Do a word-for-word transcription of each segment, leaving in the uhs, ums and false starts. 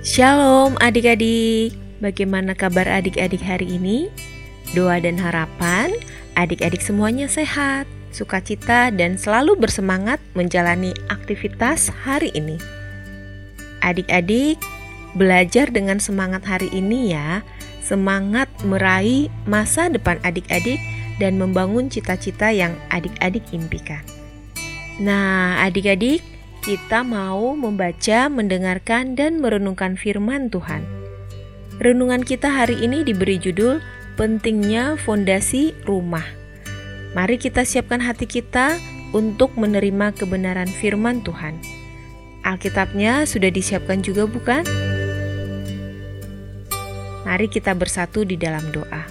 Shalom adik-adik, bagaimana kabar adik-adik hari ini? Doa dan harapan adik-adik semuanya sehat, sukacita dan selalu bersemangat menjalani aktivitas hari ini. Adik-adik, belajar dengan semangat hari ini ya, semangat meraih masa depan adik-adik dan membangun cita-cita yang adik-adik impikan. Nah, adik-adik, kita mau membaca, mendengarkan, dan merenungkan firman Tuhan. Renungan kita hari ini diberi judul Pentingnya Fondasi Rumah. Mari kita siapkan hati kita untuk menerima kebenaran firman Tuhan. Alkitabnya sudah disiapkan juga bukan? Mari kita bersatu di dalam doa.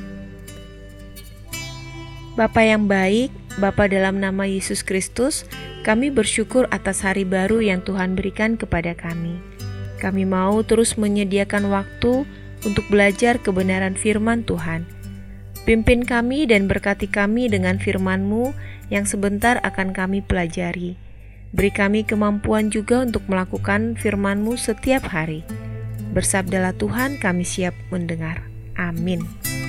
Bapa yang baik, Bapa dalam nama Yesus Kristus, kami bersyukur atas hari baru yang Tuhan berikan kepada kami. Kami mau terus menyediakan waktu untuk belajar kebenaran firman Tuhan. Pimpin kami dan berkati kami dengan firman-Mu yang sebentar akan kami pelajari. Beri kami kemampuan juga untuk melakukan firman-Mu setiap hari. Bersabdalah Tuhan, kami siap mendengar. Amin.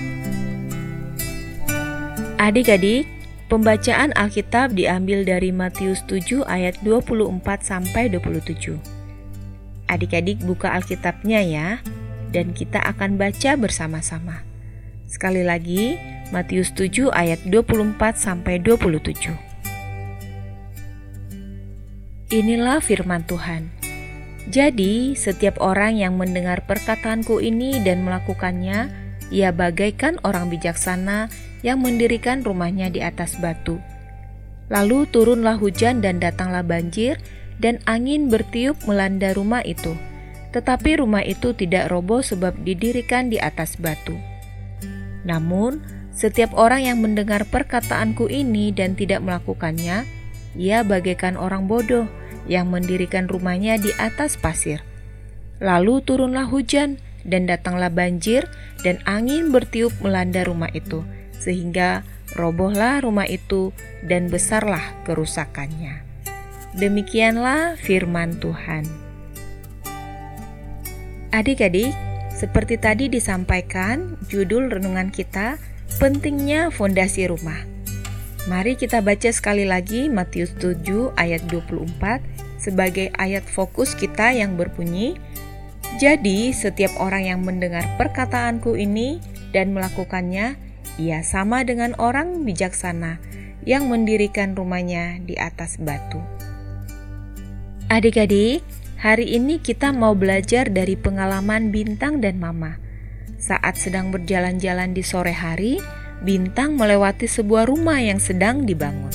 Adik-adik, pembacaan Alkitab diambil dari Matius tujuh ayat dua puluh empat sampai dua puluh tujuh. Adik-adik buka Alkitabnya ya, dan kita akan baca bersama-sama. Sekali lagi, Matius tujuh ayat dua puluh empat sampai dua puluh tujuh. Inilah firman Tuhan. Jadi, setiap orang yang mendengar perkataanku ini dan melakukannya, ia bagaikan orang bijaksana yang mendirikan rumahnya di atas batu. Lalu turunlah hujan dan datanglah banjir, dan angin bertiup melanda rumah itu. Tetapi rumah itu tidak roboh sebab didirikan di atas batu. Namun, setiap orang yang mendengar perkataanku ini dan tidak melakukannya, ia bagaikan orang bodoh yang mendirikan rumahnya di atas pasir. Lalu turunlah hujan, dan datanglah banjir, dan angin bertiup melanda rumah itu, sehingga robohlah rumah itu dan besarlah kerusakannya. Demikianlah firman Tuhan. Adik-adik, seperti tadi disampaikan, judul renungan kita, Pentingnya Fondasi Rumah. Mari kita baca sekali lagi Matius tujuh ayat dua puluh empat sebagai ayat fokus kita yang berbunyi, jadi setiap orang yang mendengar perkataanku ini dan melakukannya, ia sama dengan orang bijaksana yang mendirikan rumahnya di atas batu. Adik-adik, hari ini kita mau belajar dari pengalaman Bintang dan Mama. Saat sedang berjalan-jalan di sore hari, Bintang melewati sebuah rumah yang sedang dibangun.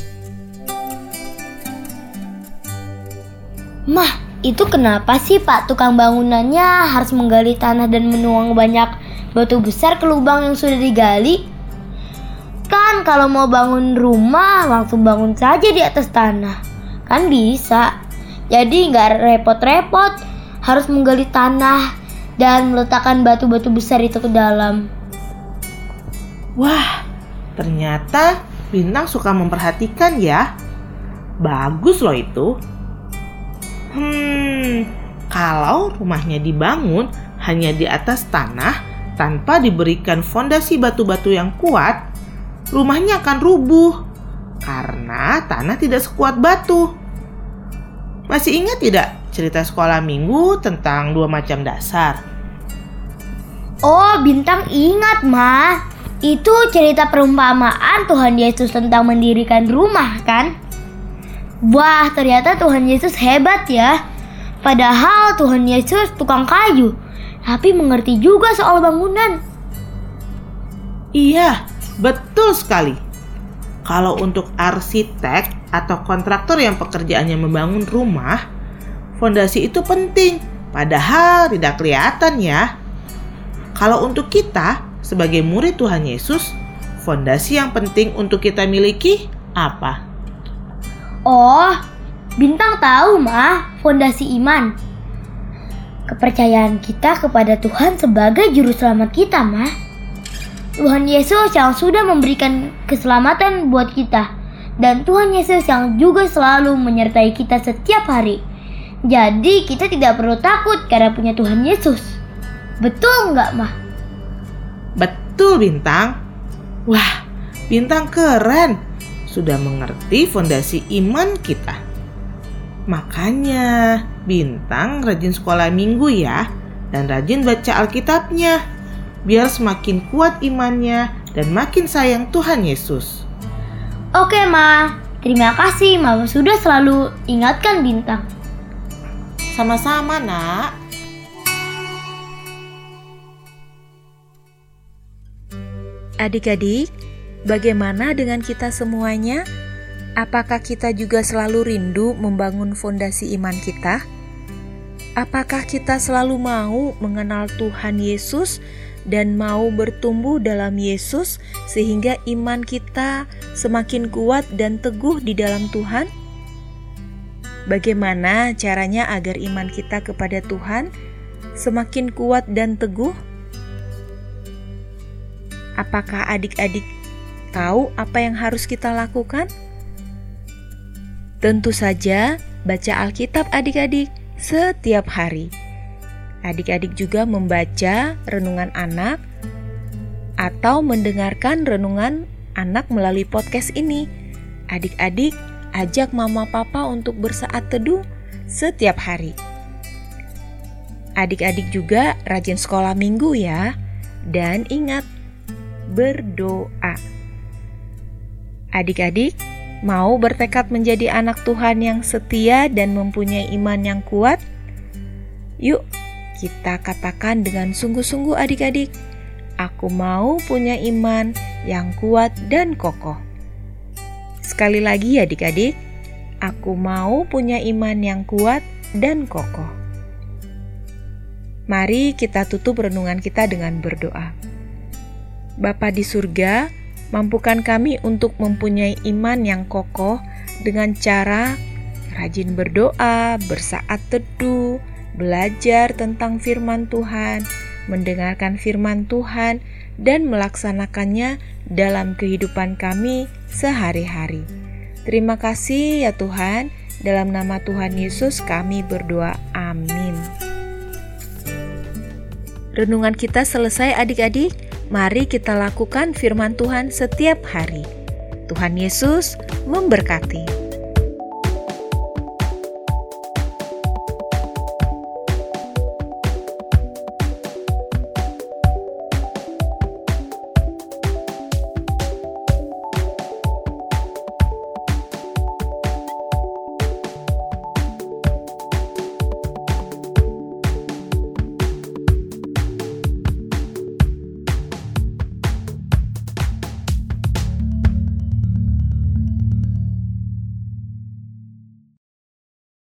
Mah, itu kenapa sih Pak tukang bangunannya harus menggali tanah dan menuang banyak batu besar ke lubang yang sudah digali? Kan kalau mau bangun rumah langsung bangun saja di atas tanah. Kan bisa. Jadi nggak repot-repot harus menggali tanah dan meletakkan batu-batu besar itu ke dalam. Wah, ternyata Bintang suka memperhatikan ya. Bagus loh itu. Hmm, kalau rumahnya dibangun hanya di atas tanah tanpa diberikan fondasi batu-batu yang kuat, rumahnya akan rubuh karena tanah tidak sekuat batu. Masih ingat tidak cerita sekolah minggu tentang dua macam dasar? Oh, Bintang ingat, Ma. Itu cerita perumpamaan Tuhan Yesus tentang mendirikan rumah, kan? Wah, ternyata Tuhan Yesus hebat ya. Padahal Tuhan Yesus tukang kayu, tapi mengerti juga soal bangunan. Iya, betul sekali. Kalau untuk arsitek atau kontraktor yang pekerjaannya membangun rumah, fondasi itu penting, padahal tidak kelihatan ya. Kalau untuk kita sebagai murid Tuhan Yesus, fondasi yang penting untuk kita miliki apa? Oh, Bintang tahu, Ma, fondasi iman. Kepercayaan kita kepada Tuhan sebagai juru selamat kita, Ma. Tuhan Yesus yang sudah memberikan keselamatan buat kita, dan Tuhan Yesus yang juga selalu menyertai kita setiap hari. Jadi kita tidak perlu takut karena punya Tuhan Yesus. Betul nggak, Ma? Betul, Bintang. Wah, Bintang keren. Sudah mengerti fondasi iman kita. Makanya Bintang rajin sekolah minggu ya, dan rajin baca Alkitabnya, biar semakin kuat imannya dan makin sayang Tuhan Yesus. Oke, Ma. Terima kasih, Mama sudah selalu ingatkan Bintang. Sama-sama, Nak. Adik-adik, bagaimana dengan kita semuanya? Apakah kita juga selalu rindu membangun fondasi iman kita? Apakah kita selalu mau mengenal Tuhan Yesus dan mau bertumbuh dalam Yesus sehingga iman kita semakin kuat dan teguh di dalam Tuhan? Bagaimana caranya agar iman kita kepada Tuhan semakin kuat dan teguh? Apakah adik-adik tahu apa yang harus kita lakukan? Tentu saja baca Alkitab adik-adik setiap hari. Adik-adik juga membaca renungan anak atau mendengarkan renungan anak melalui podcast ini. Adik-adik ajak mama papa untuk bersaat teduh setiap hari. Adik-adik juga rajin sekolah minggu ya. Dan ingat, berdoa. Adik-adik mau bertekad menjadi anak Tuhan yang setia dan mempunyai iman yang kuat? Yuk, kita katakan dengan sungguh-sungguh adik-adik, aku mau punya iman yang kuat dan kokoh. Sekali lagi adik-adik, aku mau punya iman yang kuat dan kokoh. Mari kita tutup renungan kita dengan berdoa. Bapa di surga, mampukan kami untuk mempunyai iman yang kokoh dengan cara rajin berdoa, bersaat teduh, belajar tentang firman Tuhan, mendengarkan firman Tuhan, dan melaksanakannya dalam kehidupan kami sehari-hari. Terima kasih ya Tuhan, dalam nama Tuhan Yesus kami berdoa, amin. Renungan kita selesai adik-adik, mari kita lakukan firman Tuhan setiap hari. Tuhan Yesus memberkati.